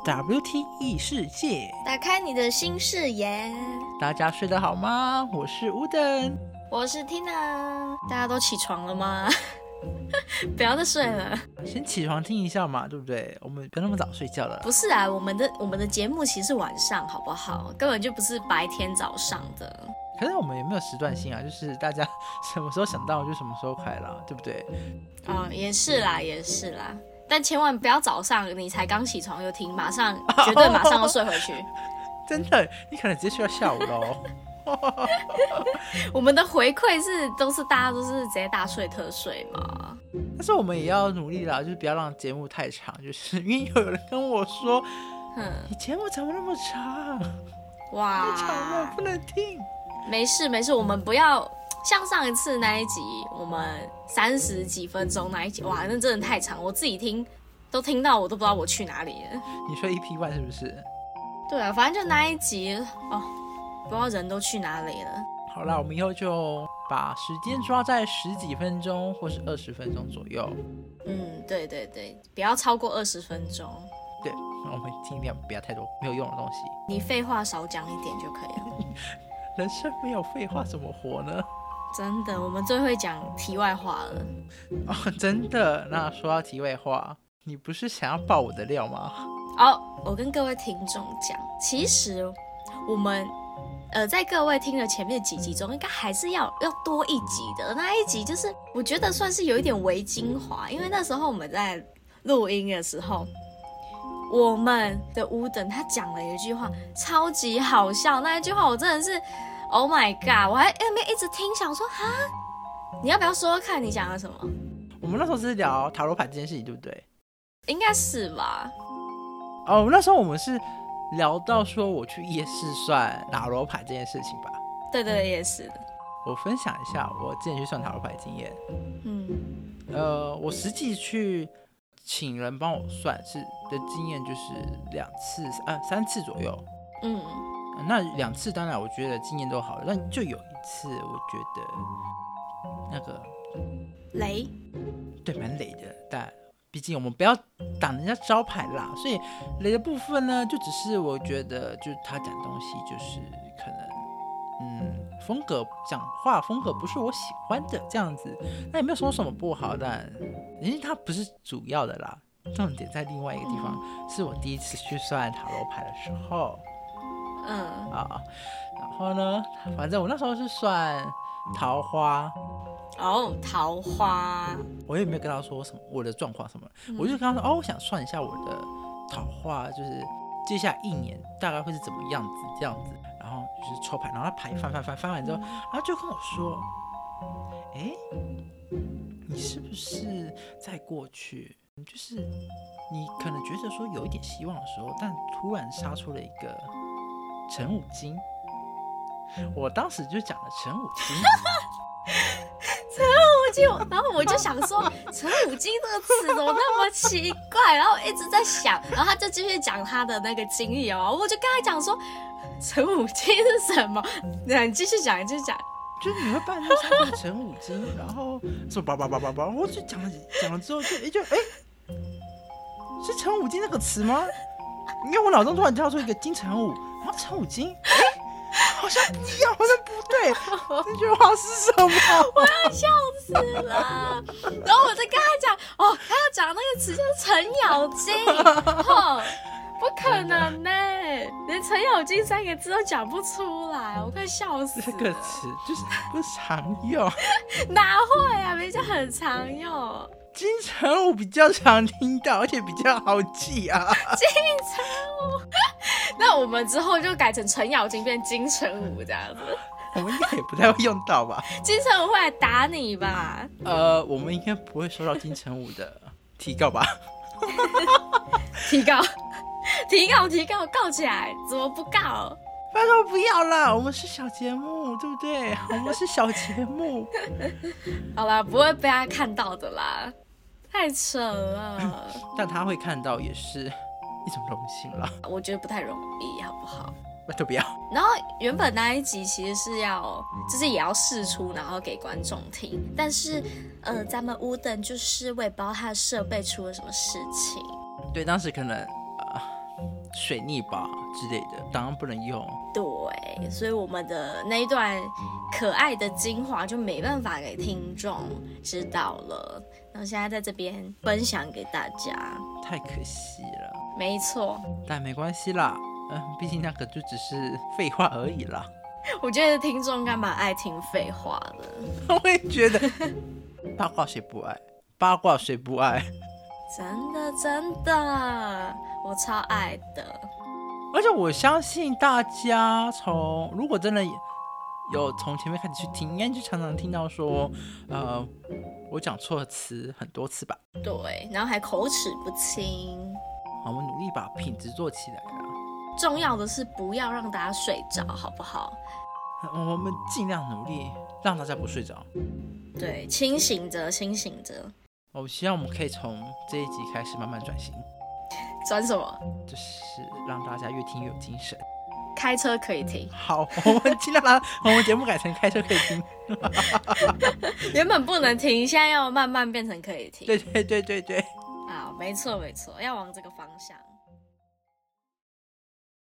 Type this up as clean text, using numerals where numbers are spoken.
WTE 世界， 打开你的新视野。 大家睡得好吗？我是乌登， 我是 Tina。大家都起床了吗？不要再睡了， 先起床听一下嘛，对不对？我们不要那么早睡觉了。 不是啊，我们的节目其实是晚上，好不好？根本就不是白天早上的。 可是我们有没有时段性啊？就是大家什么时候想到就什么时候开啦，对不对？ 哦，也是啦，也是啦。但千万不要早上你才刚起床就听，绝对马上要睡回去。 真的，你可能直接睡到下午咯。 我们的回馈大家都是直接大睡特睡嘛。 但是我们也要努力啦，就是不要让节目太长，就是因为有人跟我说，你节目怎么那么长？ 哇， 太长了，不能听。 没事，我们不要像上一次那一集，我们30几分钟那一集，哇，那真的太长，我自己听都听到我都不知道我去哪里了。 你说 EP1 是不是？ 对啊，反正就那一集哦，不知道人都去哪里了。 好啦，我们以后就把时间抓在10几分钟或是20分钟左右。 对，不要超过20分钟。 对，我们尽量不要太多没有用的东西。 你废话少讲一点就可以了。 人生没有废话怎么活呢？ 真的，我们最会讲题外话了。 哦，真的。那说到题外话，你不是想要爆我的料吗？ 我跟各位听众讲，其实我们在各位听了前面几集中，应该还是要多一集的。那一集就是我觉得算是有一点微精华，因为那时候我们在录音的时候，我们的乌等他讲了一句话超级好笑，那一句话我真的是 Oh my god， 我还在那边一直听，想说哈，你要不要说说看你讲了什么？ 我们那时候是聊塔罗牌这件事情，对不对？ 应该是吧。 那时候我们是聊到说我去夜市算塔罗牌这件事情吧。 对，也是的。 我分享一下我之前去算塔罗牌的经验。我实际去请人帮我算的经验就是3次左右。那2次当然我觉得经验都好了，但就有一次我觉得那个雷， 对，蛮雷的，但毕竟我们不要挡人家招牌啦，所以雷的部分呢，就只是我觉得就是他讲东西就是可能讲话风格不是我喜欢的这样子，那也没有说什么不好，但因为它不是主要的啦，重点在另外一个地方，是我第一次去算塔罗牌的时候。然后呢，反正我那时候是算桃花。 桃花， 我也没有跟他说什么我的状况什么，我就跟他说我想算一下我的桃花，就是接下来1年大概会是怎么样子这样子，然后就是抽牌，然后他牌翻完之后，然后就跟我说，你是不是在过去，就是你可能觉得说有一点希望的时候，但突然杀出了一个陈五金。我当时就讲了陈五金。 然后我就想说陈五金这个词怎么那么奇怪，然后一直在想，然后他就继续讲他的那个经历我就跟他讲说陈五金是什么，你继续讲， 就是你会扮那三个陈五金，然后说叭，我就讲了之后是陈五金那个词吗？因为我脑中突然跳出一个金城武，然后陈五金，好像不一样，好像不对，这句话是什么？ 我要笑死了。然后我就跟他讲，他要讲那个词就是程咬金，不可能呢，连程咬金3个字都讲不出来，我快笑死了。 这个词就是不常用。 哪会啊，明明就很常用。 金城武比较常听到，而且比较好记啊。 金城武，那我们之后就改成程咬金变金城武这样子。 我们应该也不太会用到吧？ 金城武会来打你吧？ 我们应该不会收到金城武的提告吧？ 提告，告起来！怎么不告？ 拜托不要啦，我们是小节目，对不对？我们是小节目。 好啦，不会被他看到的啦，太扯了。 但他会看到也是一种荣幸啦。 我觉得不太容易，好不好？ 拜托不要。 然后原本那一集其实是就是也要释出，然后给观众听。但是咱们乌等就是我也不知道他的设备出了什么事情。 对，当时可能水逆吧之类的，档案不能用。 对，所以我们的那一段可爱的精华就没办法给听众知道了，然后现在在这边分享给大家， 太可惜了。 没错， 但没关系啦，毕竟那个就只是废话而已啦。 我觉得听众应该蛮爱听废话的。 我也觉得，八卦谁不爱？八卦谁不爱？ 真的，我超爱的。 而且我相信大家如果真的有从前面开始去听，应该就常常听到说，我讲错了词很多次吧。 对，然后还口齿不清。 我们努力把品质做起来啦。 重要的是不要让大家睡着，好不好？ 我们尽量努力让大家不睡着。 对，清醒着。 我希望我们可以从这一集开始慢慢转型。 转什么？ 就是让大家越听越有精神。 开车可以听。 好，我们尽量把我们节目改成开车可以听。 原本不能听，现在要慢慢变成可以听。 对。 好，没错，要往这个方向。